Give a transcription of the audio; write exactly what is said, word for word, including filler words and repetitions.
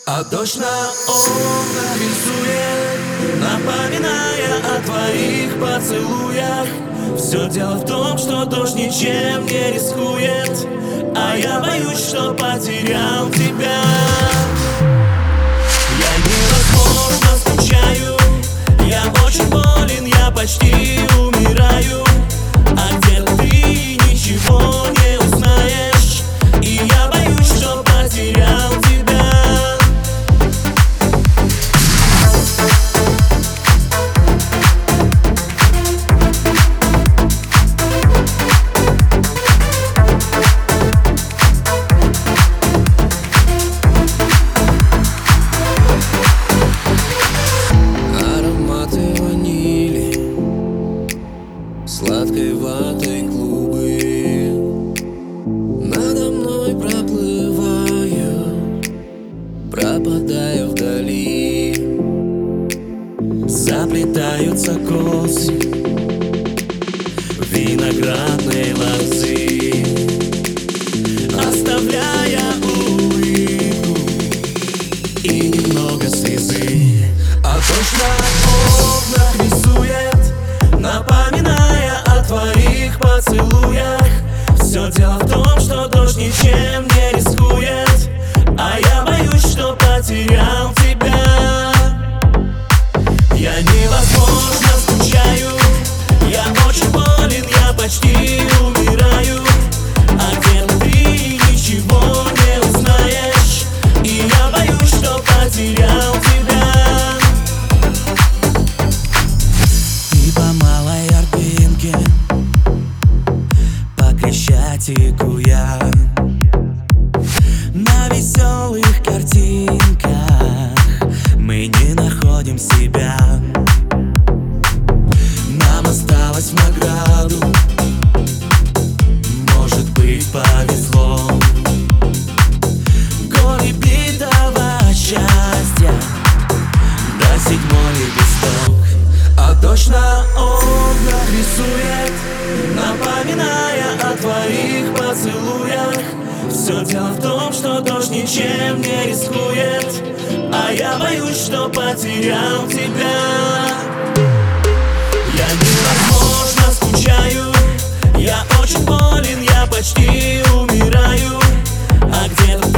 А дождь на окнах рисует, напоминая о твоих поцелуях. Все дело в том, что дождь ничем не рискует, а я боюсь, что потерял тебя. Я невозможно скучаю, я очень болен, я почти умираю. А где-то ты ничего не узнаешь, и я боюсь, что потерял тебя. Сладкой ватой клубы надо мной проплываю, пропадаю вдали. Заплетаются косы виноградной лозы, оставляя улыбку и немного слезы. А дождь на окнах рисует, напоминая о твоих поцелуях. Все дело в том, что дождь ничем не рискует, а я боюсь, что потерял тебя. Я невозможно скучаю, я очень болен, я почти умираю. А где-то ты ничего не узнаешь, и я боюсь, что потерял тебя. Крещатику я на веселых картинках, мы не находим себя. Нам осталось в награду, может быть, повезло. Горе битого счастья до седьмой лепесток. А дождь на окнах рисует, напоминая о твоих поцелуях. Все дело в том, что дождь ничем не рискует, а я боюсь, что потерял тебя. Я невозможно скучаю, я очень болен, я почти умираю. А где-то